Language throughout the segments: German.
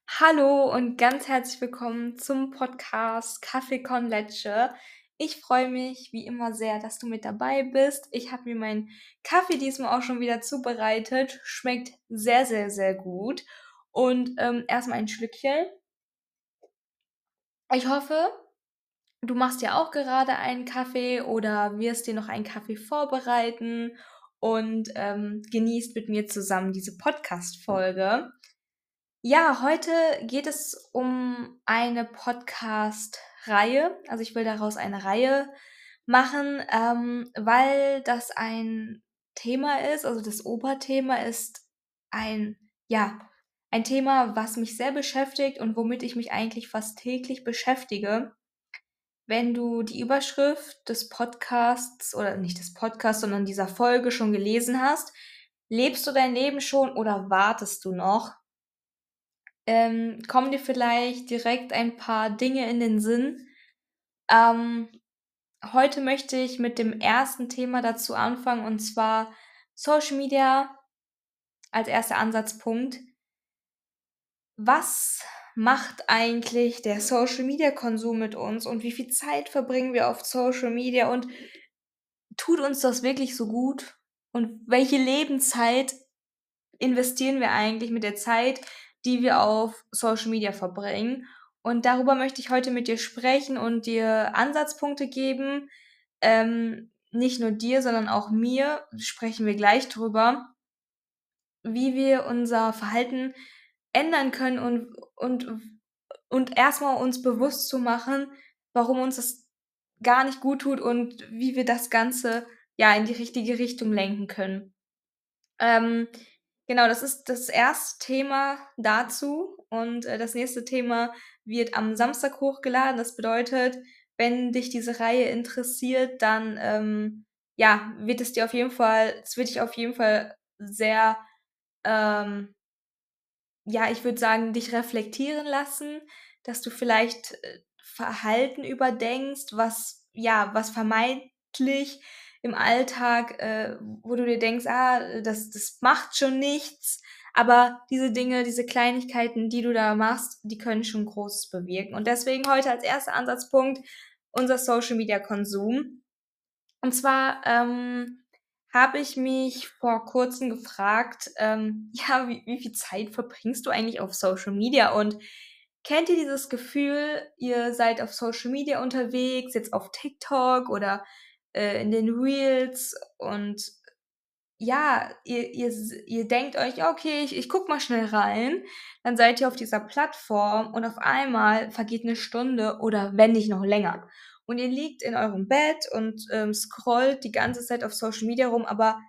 Hallo und ganz herzlich willkommen zum Podcast Kaffee con Leche. Ich freue mich wie immer sehr, dass du mit dabei bist. Ich habe mir meinen Kaffee diesmal auch schon wieder zubereitet. Schmeckt sehr, sehr, sehr gut. Und erstmal ein Schlückchen. Ich hoffe, du machst ja auch gerade einen Kaffee oder wirst dir noch einen Kaffee vorbereiten und genießt mit mir zusammen diese Podcast-Folge. Ja, heute geht es um eine Podcast-Reihe. Also ich will daraus eine Reihe machen, weil das ein Thema ist, also das Oberthema ist ein, ja, ein Thema, was mich sehr beschäftigt und womit ich mich eigentlich fast täglich beschäftige. Wenn du die Überschrift des Podcasts oder nicht des Podcasts, sondern dieser Folge schon gelesen hast, lebst du dein Leben schon oder wartest du noch? Kommen dir vielleicht direkt ein paar Dinge in den Sinn? Ähm, Heute möchte ich mit dem ersten Thema dazu anfangen, und zwar Social Media als erster Ansatzpunkt. Was macht eigentlich der Social Media Konsum mit uns und wie viel Zeit verbringen wir auf Social Media und tut uns das wirklich so gut? Und welche Lebenszeit investieren wir eigentlich mit der Zeit, die wir auf Social Media verbringen? Und darüber möchte ich heute mit dir sprechen und dir Ansatzpunkte geben. Nicht nur dir, sondern auch mir sprechen wir gleich drüber, wie wir unser Verhalten ändern können und erstmal uns bewusst zu machen, warum uns das gar nicht gut tut und wie wir das Ganze ja in die richtige Richtung lenken können. Ähm, genau, das ist das erste Thema dazu und, das nächste Thema wird am Samstag hochgeladen. Das bedeutet, wenn dich diese Reihe interessiert, dann, ja, es wird dich auf jeden Fall sehr, ähm, ja, ich würde sagen, dich reflektieren lassen, dass du vielleicht, Verhalten überdenkst, was vermeintlich im Alltag, wo du dir denkst: „Ah, das macht schon nichts.“ Aber diese Dinge, diese Kleinigkeiten, die du da machst, die können schon Großes bewirken. Und deswegen heute als erster Ansatzpunkt unser Social-Media-Konsum. Und zwar, habe ich mich vor Kurzem gefragt, ja, wie viel Zeit verbringst du eigentlich auf Social Media? Und kennt ihr dieses Gefühl, ihr seid auf Social Media unterwegs, jetzt auf TikTok oder, in den Reels und ja, ihr denkt euch: „Ja, okay, ich gucke mal schnell rein.“ Dann seid ihr auf dieser Plattform und auf einmal vergeht 'ne Stunde oder wenn nicht noch länger. Und ihr liegt in eurem Bett und, scrollt die ganze Zeit auf Social Media rum, aber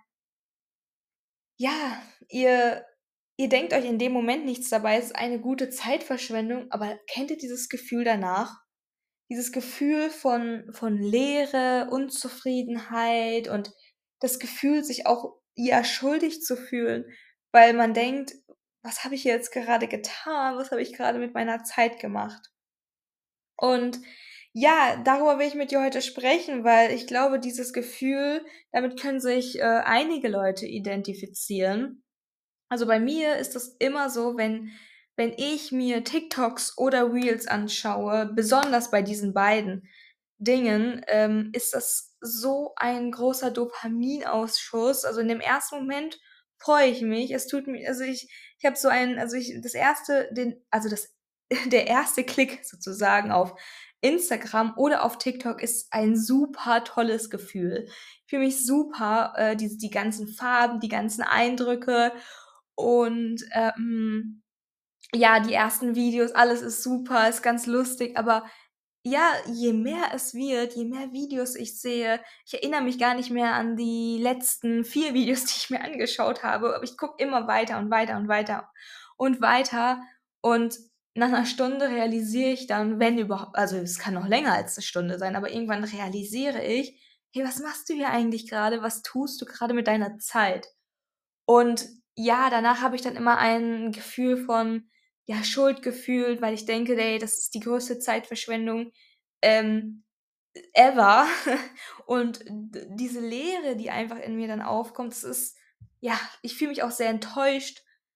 ja, ihr denkt euch in dem Moment nichts dabei. Es ist eine gute Zeitverschwendung, aber kennt ihr dieses Gefühl danach? Dieses Gefühl von Leere, Unzufriedenheit und das Gefühl, sich auch, ja, schuldig zu fühlen, weil man denkt: „Was habe ich jetzt gerade getan? Was habe ich gerade mit meiner Zeit gemacht?“ Und ja, darüber will ich mit dir heute sprechen, weil ich glaube, dieses Gefühl, damit können sich, einige Leute identifizieren. Also, bei mir ist das immer so, wenn ich mir TikToks oder Reels anschaue, besonders bei diesen beiden Dingen, ist das so ein großer Dopaminausschuss. Also, in dem ersten Moment freue ich mich. Es tut mir also, ich habe so ein also, ich das erste den also, das der erste Klick sozusagen auf Instagram oder auf TikTok ist ein super tolles Gefühl. Ich fühle mich super, die ganzen Farben, die ganzen Eindrücke und, ja, die ersten Videos, alles ist super, ist ganz lustig, aber ja, je mehr es wird, je mehr Videos ich sehe, ich erinnere mich gar nicht mehr an die letzten 4 Videos, die ich mir angeschaut habe, aber ich gucke immer weiter und weiter und weiter und weiter und nach 'ner Stunde realisiere ich dann, wenn überhaupt also, es kann noch länger als 'ne Stunde sein, aber irgendwann realisiere ich: „Hey, was machst du hier eigentlich grade? Was tust du grade mit deiner Zeit?“ Und ja, danach habe ich dann immer ein Gefühl von, ja, Schuldgefühl, weil ich denke: „Ey, das ist die größte Zeitverschwendung, ähm, ever.“ Und diese Leere, die einfach in mir dann aufkommt, das ist ja, ich fühle mich auch sehr enttäuscht,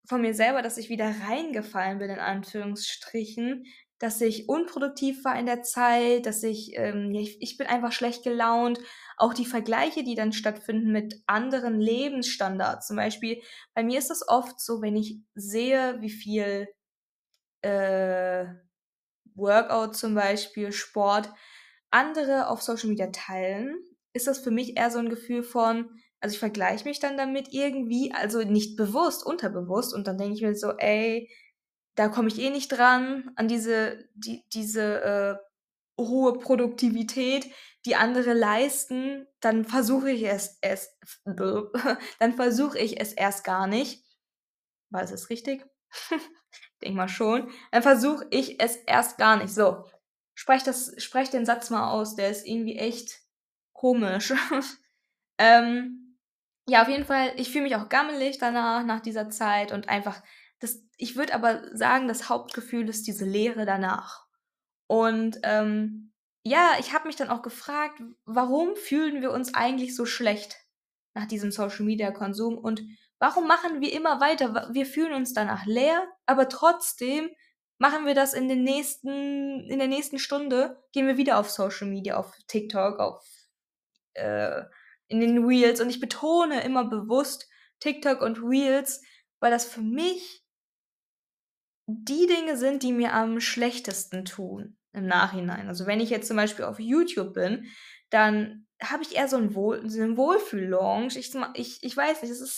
von mir selber, dass ich wieder reingefallen bin in Anführungsstrichen, dass ich unproduktiv war in der Zeit, dass ja, ich bin einfach schlecht gelaunt. Auch die Vergleiche, die dann stattfinden mit anderen Lebensstandards. Zum Beispiel, bei mir ist das oft so, wenn ich sehe, wie viel äh, Workout zum Beispiel, Sport, andere auf Social Media teilen, ist das für mich eher so ein Gefühl von, also ich vergleiche mich dann damit irgendwie, also nicht bewusst, unterbewusst, und dann denke ich mir so, ey, da komme ich eh nicht dran, an diese hohe Produktivität, die andere leisten, dann versuche ich es dann versuche ich es erst gar nicht. War das richtig? Denke mal schon. Dann versuche ich es erst gar nicht. So, sprech den Satz mal aus, der ist irgendwie echt komisch. Ja, auf jeden Fall, ich fühle mich auch gammelig danach, nach dieser Zeit und einfach ich würde aber sagen, das Hauptgefühl ist diese Leere danach. Und, ja, ich habe mich dann auch gefragt, warum fühlen wir uns eigentlich so schlecht nach diesem Social-Media-Konsum und warum machen wir immer weiter? Wir fühlen uns danach leer, aber trotzdem machen wir das in der nächsten Stunde gehen wir wieder auf Social Media, auf TikTok, äh, in den Reels, und ich betone immer bewusst TikTok und Reels, weil das für mich die Dinge sind, die mir am schlechtesten tun im Nachhinein. Also, wenn ich jetzt zum Beispiel auf YouTube bin, dann habe ich eher so 'n Wohlfühl-Lounge. Ich weiß nicht, es ist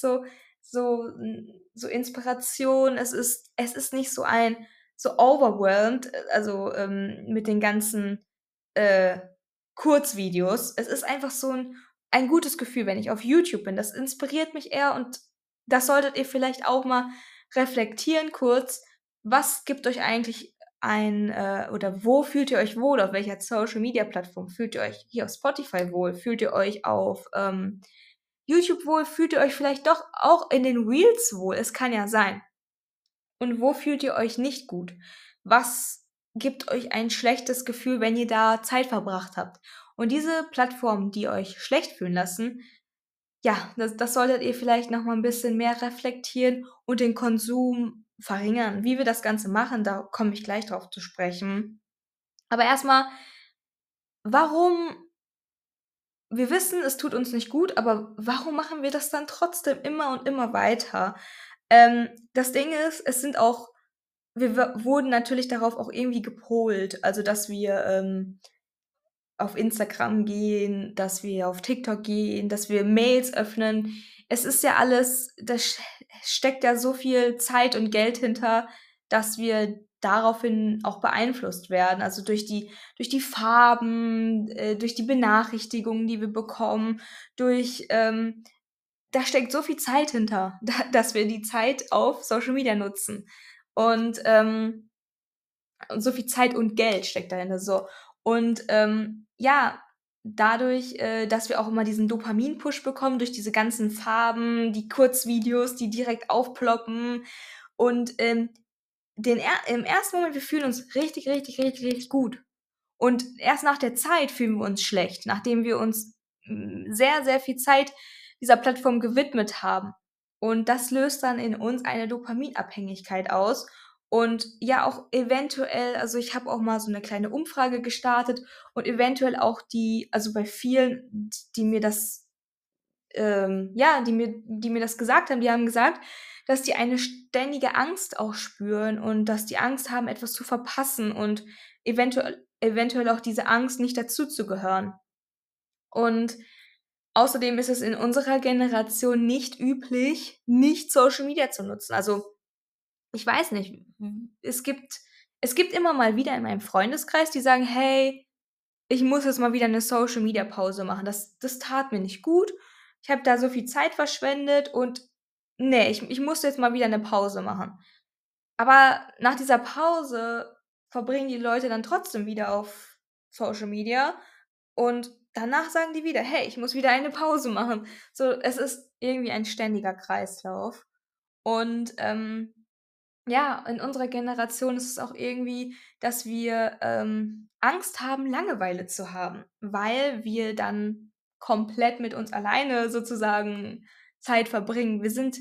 so Inspiration. Es ist nicht so overwhelmed, also, mit den ganzen, äh, Kurzvideos. Es ist einfach so ein gutes Gefühl, wenn ich auf YouTube bin. Das inspiriert mich eher, und das solltet ihr vielleicht auch mal reflektieren kurz. Was gibt euch eigentlich oder wo fühlt ihr euch wohl? Auf welcher Social-Media-Plattform fühlt ihr euch hier auf Spotify wohl? Fühlt ihr euch auf, YouTube wohl? Fühlt ihr euch vielleicht doch auch in den Reels wohl? Es kann ja sein. Und wo fühlt ihr euch nicht gut? Was gibt euch ein schlechtes Gefühl, wenn ihr da Zeit verbracht habt? Und diese Plattformen, die euch schlecht fühlen lassen, ja, das solltet ihr vielleicht noch mal 'n bisschen mehr reflektieren und den Konsum verringern. Wie wir das Ganze machen, da komme ich gleich drauf zu sprechen. Aber erst mal, warum wir wissen, es tut uns nicht gut, aber warum machen wir das dann trotzdem immer und immer weiter? Das Ding ist, es sind auch wir wurden natürlich darauf auch irgendwie gepolt, also, dass wir, auf Instagram gehen, dass wir auf TikTok gehen, dass wir Mails öffnen. Es ist ja alles da steckt ja so viel Zeit und Geld hinter, dass wir daraufhin auch beeinflusst werden. Also, durch die Farben, durch die Benachrichtigungen, die wir bekommen, da steckt so viel Zeit hinter, da dass wir die Zeit auf Social Media nutzen. Und, und so viel Zeit und Geld steckt dahinter, so. Und, ja, dadurch, dass wir auch immer diesen Dopamin-Push bekommen durch diese ganzen Farben, die Kurzvideos, die direkt aufploppen, und, im ersten Moment, wir fühlen uns richtig, richtig, richtig, richtig gut. Und erst nach der Zeit fühlen wir uns schlecht, nachdem wir uns, sehr, sehr viel Zeit dieser Plattform gewidmet haben. Und das löst dann in uns eine Dopaminabhängigkeit aus und ja auch eventuell, also, ich habe auch mal so 'ne kleine Umfrage gestartet und eventuell auch also, bei vielen, die mir das ja, die mir das gesagt haben, die haben gesagt, dass die eine ständige Angst auch spüren und dass die Angst haben, etwas zu verpassen und eventuell auch diese Angst, nicht dazuzugehören. Und außerdem ist es in unserer Generation nicht üblich, nicht Social Media zu nutzen. Also, ich weiß nicht, es gibt immer mal wieder in meinem Freundeskreis, die sagen: „Hey, ich muss jetzt mal wieder 'ne Social-Media-Pause machen. Das tat mir nicht gut. Ich habe da so viel Zeit verschwendet und ne, ich muss jetzt mal wieder 'ne Pause machen.“ Aber nach dieser Pause verbringen die Leute dann trotzdem wieder auf Social Media und danach sagen die wieder: „Hey, ich muss wieder eine Pause machen.“ So, es ist irgendwie ein ständiger Kreislauf. Und, ja, in unserer Generation ist es auch irgendwie, dass wir, Angst haben, Langeweile zu haben, weil wir dann komplett mit uns alleine sozusagen Zeit verbringen.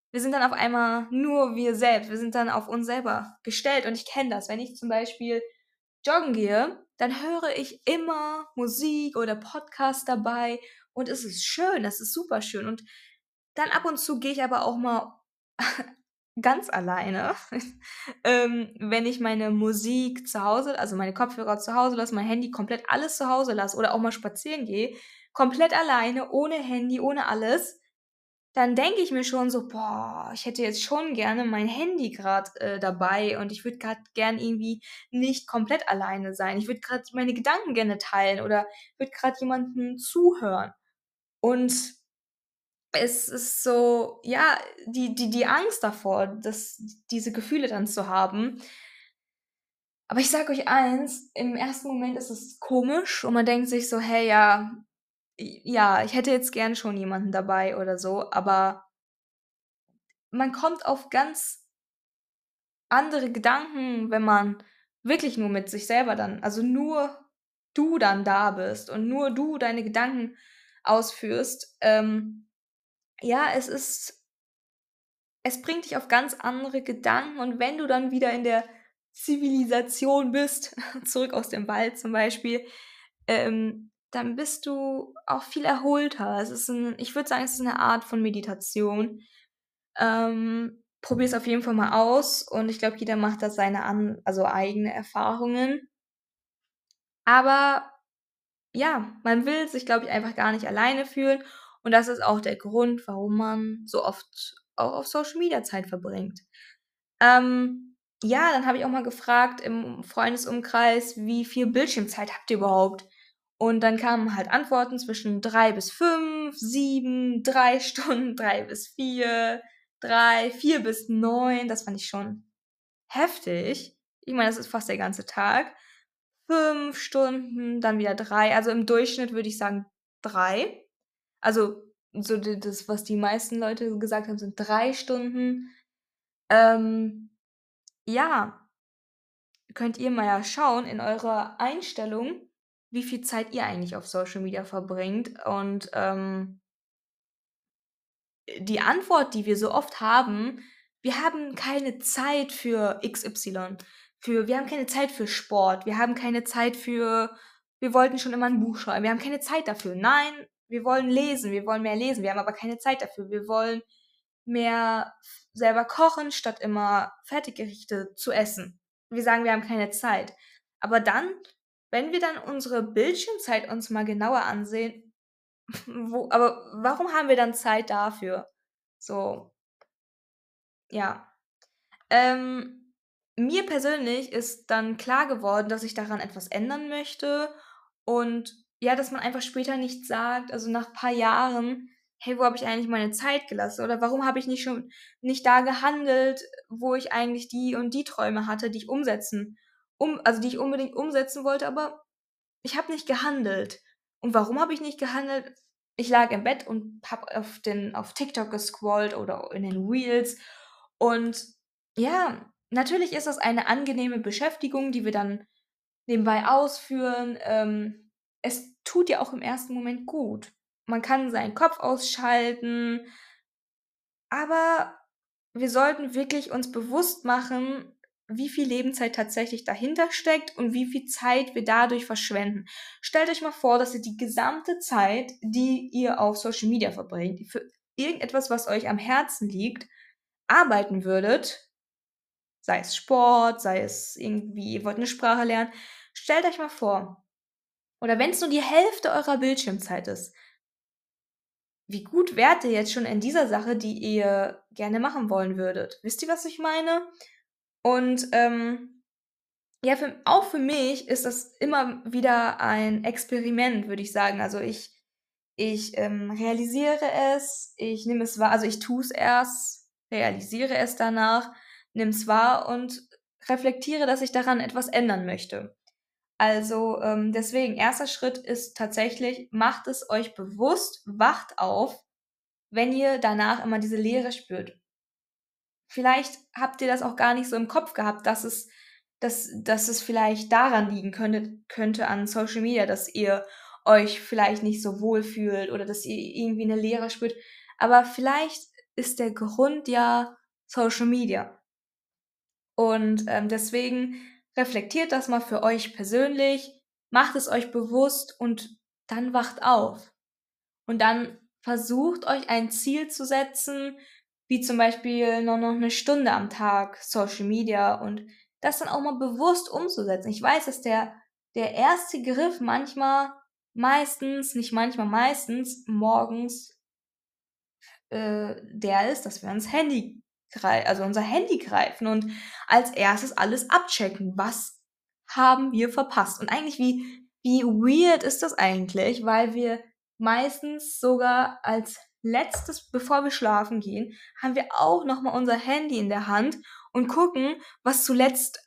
wir sind dann auf einmal nur wir selbst. Wir sind dann auf uns selber gestellt und ich kenne das. Wenn ich zum Beispiel joggen gehe, dann höre ich immer Musik oder Podcast dabei und es ist schön, es ist super schön. Und dann ab und zu gehe ich aber auch mal ganz alleine, wenn ich meine Musik zu Hause, also meine Kopfhörer zu Hause lasse, mein Handy komplett alles zu Hause lasse oder auch mal spazieren gehe, komplett alleine, ohne Handy, ohne alles, dann denke ich mir schon so: „Boah, ich hätte jetzt schon gerne mein Handy grad, dabei und ich würde grad gern irgendwie nicht komplett alleine sein. Ich würde grad meine Gedanken gerne teilen oder würde grad jemandem zuhören.“ Und es ist so, ja, die Angst davor, diese Gefühle dann zu haben. Aber ich sage euch eins, im ersten Moment ist es komisch und man denkt sich so: „Hey, ja, ja, ich hätte jetzt gern schon jemanden dabei“ oder so, aber man kommt auf ganz andere Gedanken, wenn man wirklich nur mit sich selber dann, also nur du dann da bist und nur du deine Gedanken ausführst. Ja, es bringt dich auf ganz andere Gedanken und wenn du dann wieder in der Zivilisation bist, zurück aus dem Wald zum Beispiel, dann bist du auch viel erholter. Ich würde sagen, es ist eine Art von Meditation. Probier's auf jeden Fall mal aus und ich glaube, jeder macht da seine also eigene Erfahrungen. Aber ja, man will sich, glaube ich, einfach gar nicht alleine fühlen und das ist auch der Grund, warum man so oft auch auf Social Media Zeit verbringt. Ja, dann habe ich auch mal gefragt im Freundesumkreis: „Wie viel Bildschirmzeit habt ihr überhaupt?“ Und dann kamen halt Antworten zwischen 3 bis 5, 7, 3 Stunden, 3 bis 4, 3, 4 bis 9. Das fand ich schon heftig. Ich meine, das ist fast der ganze Tag. 5 Stunden, dann wieder 3. Also, im Durchschnitt würde ich sagen 3. Also, so das, was die meisten Leute gesagt haben, sind 3 Stunden. Ähm, ja, könnt ihr mal ja schauen in eurer Einstellung, wie viel Zeit ihr eigentlich auf Social Media verbringt. Und die Antwort, die wir so oft haben: wir haben keine Zeit für XY. Wir haben keine Zeit für Sport. Wir haben keine Zeit für, wir wollten schon immer ein Buch schreiben. Wir haben keine Zeit dafür. Nein, wir wollen lesen. Wir wollen mehr lesen. Wir haben aber keine Zeit dafür. Wir wollen mehr selber kochen, statt immer Fertiggerichte zu essen. Wir sagen, wir haben keine Zeit. Aber dann, wenn wir dann unsere Bildschirmzeit uns mal genauer ansehen, aber warum haben wir dann Zeit dafür? So, ja. Ähm, Mir persönlich ist dann klar geworden, dass ich daran etwas ändern möchte und ja, dass man einfach später nicht sagt, also nach paar Jahren: „Hey, wo habe ich eigentlich meine Zeit gelassen?“ Oder „Warum habe ich nicht da gehandelt, wo ich eigentlich die und die Träume hatte, die ich die ich unbedingt umsetzen wollte, aber ich habe nicht gehandelt.“ Und warum habe ich nicht gehandelt? Ich lag im Bett und habe auf TikTok gescrollt oder in den Reels und ja, natürlich ist das eine angenehme Beschäftigung, die wir dann nebenbei ausführen. Es tut ja auch im ersten Moment gut. Man kann seinen Kopf ausschalten, aber wir sollten wirklich uns bewusst machen, wie viel Lebenszeit tatsächlich dahinter steckt und wie viel Zeit wir dadurch verschwenden. Stellt euch mal vor, dass ihr die gesamte Zeit, die ihr auf Social Media verbringt, für irgendetwas, was euch am Herzen liegt, arbeiten würdet, sei es Sport, sei es irgendwie, ihr wollt eine Sprache lernen. Stellt euch mal vor, oder wenn es nur die Hälfte eurer Bildschirmzeit ist, wie gut wärt ihr jetzt schon in dieser Sache, die ihr gerne machen wollen würdet? Wisst ihr, was ich meine? Und, ja, auch für mich ist das immer wieder ein Experiment, würde ich sagen. Also, ich realisiere es, ich nehme es wahr, also, ich tue es erst, realisiere es danach, nehme es wahr und reflektiere, dass ich daran etwas ändern möchte. Also, deswegen, erster Schritt ist tatsächlich, macht es euch bewusst, wacht auf, wenn ihr danach immer diese Leere spürt. Vielleicht habt ihr das auch gar nicht so im Kopf gehabt, dass es vielleicht daran liegen könnte an Social Media, dass ihr euch vielleicht nicht so wohl fühlt oder dass ihr irgendwie 'ne Leere spürt. Aber vielleicht ist der Grund ja Social Media. Und deswegen reflektiert das mal für euch persönlich, macht es euch bewusst und dann wacht auf. Und dann versucht euch ein Ziel zu setzen, wie zum Beispiel nur noch eine Stunde am Tag Social Media und das dann auch mal bewusst umzusetzen. Ich weiß, dass der erste Griff manchmal, meistens, nicht manchmal, meistens morgens der ist, dass wir ans Handy also unser Handy greifen und als erstes alles abchecken. Was haben wir verpasst? Und eigentlich, wie weird ist das eigentlich? Weil wir meistens sogar als letztes, bevor wir schlafen gehen, haben wir auch nochmal unser Handy in der Hand und gucken, was zuletzt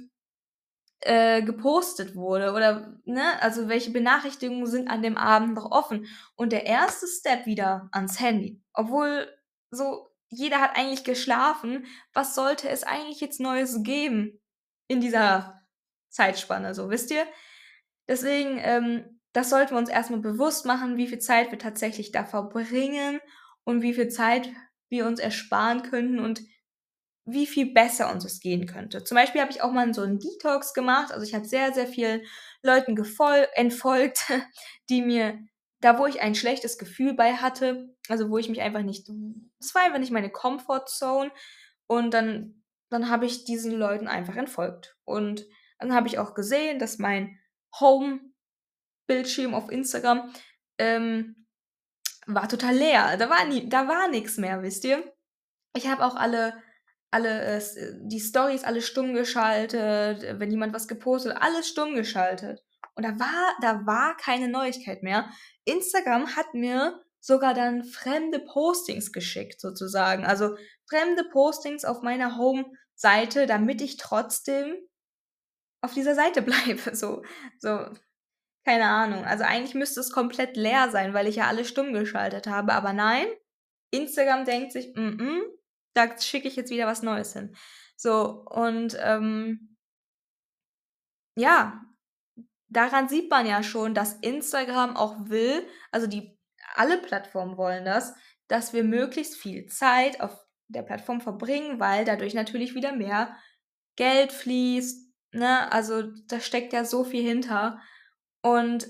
gepostet wurde oder, ne, also welche Benachrichtigungen sind an dem Abend noch offen. Und der erste Step wieder ans Handy. Obwohl so, jeder hat eigentlich geschlafen. Was sollte es eigentlich jetzt Neues geben in dieser Zeitspanne, so, wisst ihr? Deswegen, das sollten wir uns erstmal bewusst machen, wie viel Zeit wir tatsächlich da verbringen und wie viel Zeit wir uns ersparen könnten und wie viel besser uns es gehen könnte. Zum Beispiel habe ich auch mal so einen Detox gemacht. Also ich habe sehr, sehr vielen Leuten entfolgt, die mir, da wo ich ein schlechtes Gefühl bei hatte, also wo ich mich einfach nicht, es war einfach nicht meine Comfort Zone. Und dann habe ich diesen Leuten einfach entfolgt. Und dann habe ich auch gesehen, dass mein Home-Bildschirm auf Instagram ähm, war total leer. Da war nichts mehr, wisst ihr? Ich habe auch die Storys alle stumm geschaltet, wenn jemand was gepostet hat, alles stumm geschaltet. Und da war keine Neuigkeit mehr. Instagram hat mir sogar dann fremde Postings geschickt, sozusagen. Also fremde Postings auf meiner Home-Seite, damit ich trotzdem auf dieser Seite bleibe. So, keine Ahnung. Also eigentlich müsste es komplett leer sein, weil ich ja alles stumm geschaltet habe. Aber nein, Instagram denkt sich, da schicke ich jetzt wieder was Neues hin. So, und ja, daran sieht man ja schon, dass Instagram auch will, also alle Plattformen wollen das, dass wir möglichst viel Zeit auf der Plattform verbringen, weil dadurch natürlich wieder mehr Geld fließt, ne? Also da steckt ja so viel hinter. Und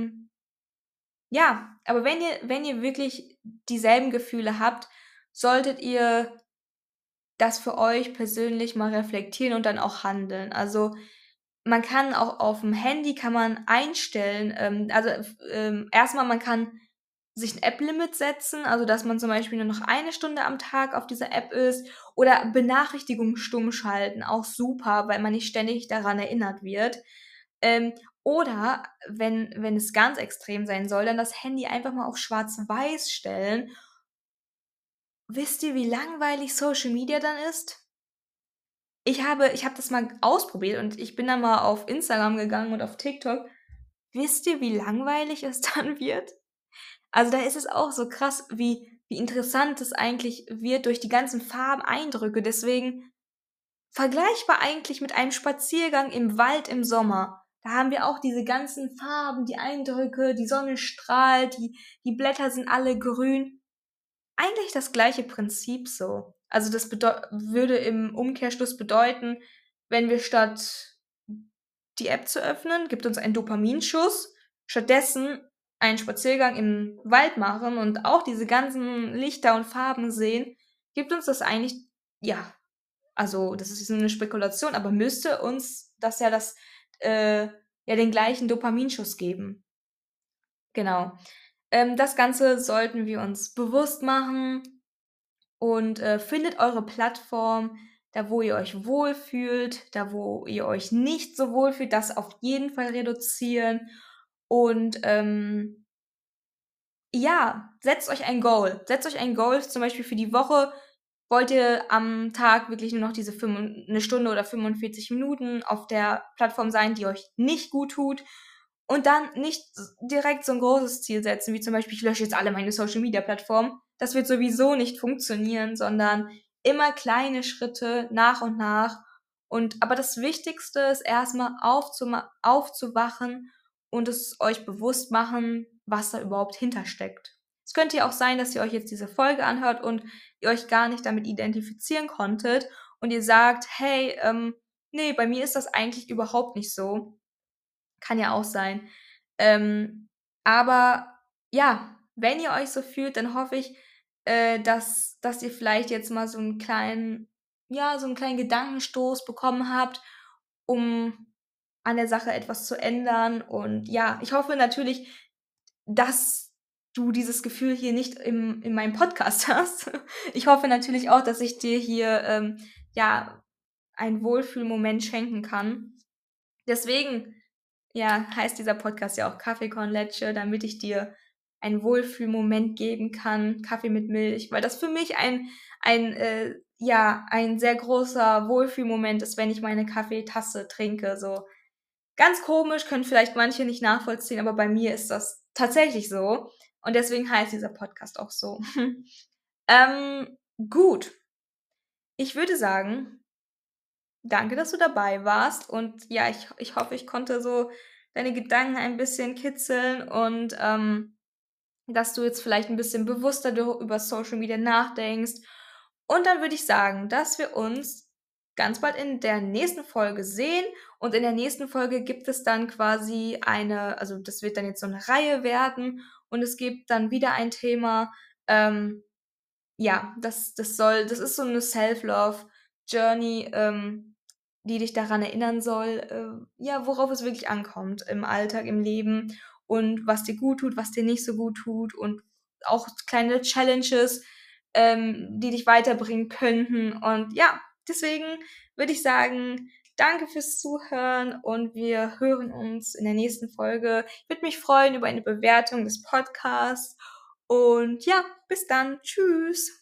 ja, aber wenn ihr wirklich dieselben Gefühle habt, solltet ihr das für euch persönlich mal reflektieren und dann auch handeln. Also, man kann auch auf dem Handy kann man einstellen, erst man kann sich 'n App-Limit setzen, also, dass man zum Beispiel nur noch eine Stunde am Tag auf dieser App ist oder Benachrichtigungen stumm schalten, auch super, weil man nicht ständig daran erinnert wird. Oder wenn es ganz extrem sein soll, dann das Handy einfach mal auf schwarz-weiß stellen. Wisst ihr, wie langweilig Social Media dann ist? Ich habe das mal ausprobiert und ich bin dann mal auf Instagram gegangen und auf TikTok. Wisst ihr, wie langweilig es dann wird? Also, da ist es auch so krass, wie interessant es eigentlich wird durch die ganzen Farben, Eindrücke. Deswegen vergleichbar eigentlich mit einem Spaziergang im Wald im Sommer. Da haben wir auch diese ganzen Farben, die Eindrücke, die Sonne strahlt, die Blätter sind alle grün. Eigentlich das gleiche Prinzip so. Also das würde im Umkehrschluss bedeuten, wenn wir statt die App zu öffnen, gibt uns einen Dopaminschuss, stattdessen einen Spaziergang im Wald machen und auch diese ganzen Lichter und Farben sehen, gibt uns das eigentlich, ja, also das ist eine Spekulation, aber müsste uns das ja ja den gleichen Dopaminschuss geben. Genau. Das Ganze sollten wir uns bewusst machen und findet eure Plattform, da wo ihr euch wohlfühlt, da wo ihr euch nicht so wohlfühlt, das auf jeden Fall reduzieren und ja, setzt euch ein Goal. Setzt euch ein Goal, zum Beispiel für die Woche. Wollt ihr am Tag wirklich nur noch diese 1 Stunde oder 45 Minuten auf der Plattform sein, die euch nicht gut tut? Und dann nicht direkt so ein großes Ziel setzen, wie zum Beispiel, ich lösche jetzt alle meine Social-Media-Plattformen. Das wird sowieso nicht funktionieren, sondern immer kleine Schritte nach und nach. Aber das Wichtigste ist erstmal aufzuwachen und es euch bewusst machen, was da überhaupt hintersteckt. Es könnte ja auch sein, dass ihr euch jetzt diese Folge anhört und ihr euch gar nicht damit identifizieren konntet und ihr sagt, hey, nee, bei mir ist das eigentlich überhaupt nicht so. Kann ja auch sein. Aber ja, wenn ihr euch so fühlt, dann hoffe ich, dass ihr vielleicht jetzt mal so einen kleinen ja, so einen kleinen Gedankenstoß bekommen habt, um an der Sache etwas zu ändern. Und ja, ich hoffe natürlich, dass du dieses Gefühl hier nicht in meinem Podcast hast. Ich hoffe natürlich auch, dass ich dir hier, ja, einen Wohlfühlmoment schenken kann. Deswegen, ja, heißt dieser Podcast ja auch Kaffee con Leche, damit ich dir einen Wohlfühlmoment geben kann, Kaffee mit Milch, weil das für mich ein sehr großer Wohlfühlmoment ist, wenn ich meine Kaffeetasse trinke, so. Ganz komisch, können vielleicht manche nicht nachvollziehen, aber bei mir ist das tatsächlich so und deswegen heißt dieser Podcast auch so. Gut. Ich würde sagen, danke, dass du dabei warst und ja, ich hoffe, ich konnte so deine Gedanken ein bisschen kitzeln und, dass du jetzt vielleicht ein bisschen bewusster do über Social Media nachdenkst. Und dann würde ich sagen, dass wir uns ganz bald in der nächsten Folge sehen und in der nächsten Folge gibt es dann quasi also, das wird dann jetzt so eine Reihe werden und es gibt dann wieder ein Thema, ja, das ist so eine Self-Love-Journey, die dich daran erinnern soll, ja, worauf es wirklich ankommt im Alltag, im Leben und was dir gut tut, was dir nicht so gut tut und auch kleine Challenges, die dich weiterbringen könnten. Und ja, deswegen würde ich sagen, danke fürs Zuhören und wir hören uns in der nächsten Folge. Ich würde mich freuen über eine Bewertung des Podcasts und ja, bis dann. Tschüss.